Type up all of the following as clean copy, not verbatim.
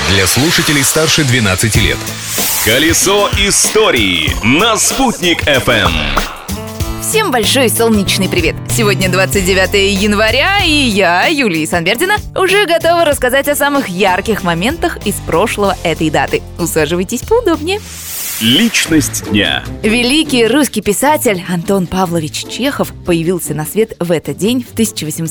Для слушателей старше 12 лет. Колесо истории на Спутник FM. Всем большой солнечный привет! Сегодня 29 января, и я, Юлия Санбердина, уже готова рассказать о самых ярких моментах из прошлого этой даты. Усаживайтесь поудобнее. Личность дня. Великий русский писатель Антон Павлович Чехов появился на свет в этот день в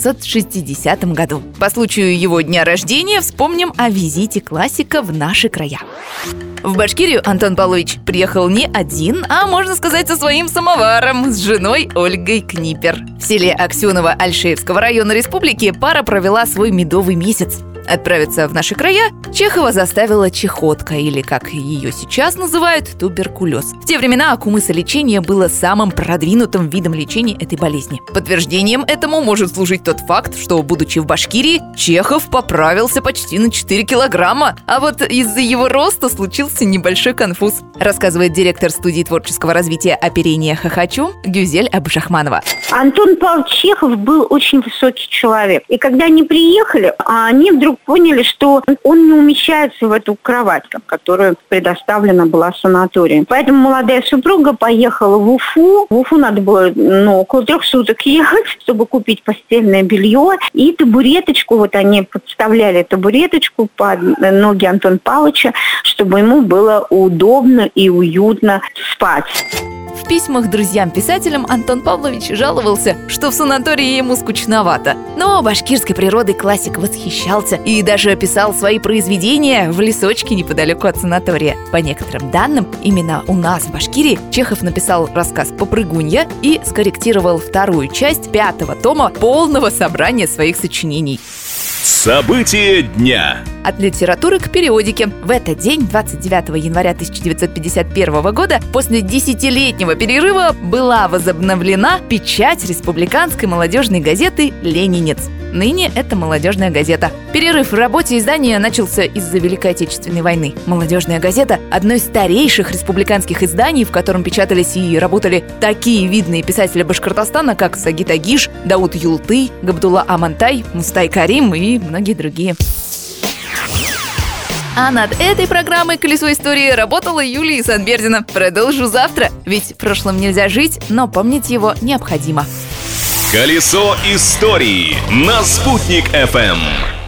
1860 году. По случаю его дня рождения вспомним о визите классика в наши края. В Башкирию Антон Павлович приехал не один, а, можно сказать, со своим самоваром, с женой Ольгой Книпер. В селе Аксеново Альшеевского района республики пара провела свой медовый месяц. Отправиться в наши края Чехова заставила чехотка, или, как ее сейчас называют, туберкулез. В те времена кумысолечение было самым продвинутым видом лечения этой болезни. Подтверждением этому может служить тот факт, что, будучи в Башкирии, Чехов поправился почти на 4 килограмма. А вот из-за его роста случился небольшой конфуз, рассказывает директор студии творческого развития оперения «Хохочу» Гюзель Абушахманова. Антон Павлович Чехов был очень высокий человек. И когда они приехали, они вдруг поняли, что он не умещается в эту кровать, которая предоставлена была санаторием. Поэтому молодая супруга поехала в Уфу. В Уфу надо было около 3 суток ехать, чтобы купить постельное белье. И табуреточку, вот они подставляли табуреточку под ноги Антона Павловича, чтобы ему было удобно и уютно спать. В письмах друзьям-писателям Антон Павлович жаловался, что в санатории ему скучновато. Но башкирской природой классик восхищался и даже описал свои произведения в лесочке неподалеку от санатория. По некоторым данным, именно у нас в Башкирии Чехов написал рассказ «Попрыгунья» и скорректировал вторую часть 5-го тома полного собрания своих сочинений. События дня. От литературы к периодике. В этот день, 29 января 1951 года, после 10-летнего перерыва была возобновлена печать республиканской молодежной газеты «Ленинец». Ныне это молодежная газета. Перерыв в работе издания начался из-за Великой Отечественной войны. Молодежная газета – одно из старейших республиканских изданий, в котором печатались и работали такие видные писатели Башкортостана, как Сагит Агиш, Дауд Юлты, Габдулла Амантай, Мустай Карим и многие другие. А над этой программой «Колесо истории» работала Юлия Санбердина. Продолжу завтра, ведь в прошлом нельзя жить, но помнить его необходимо. Колесо истории на Спутник FM.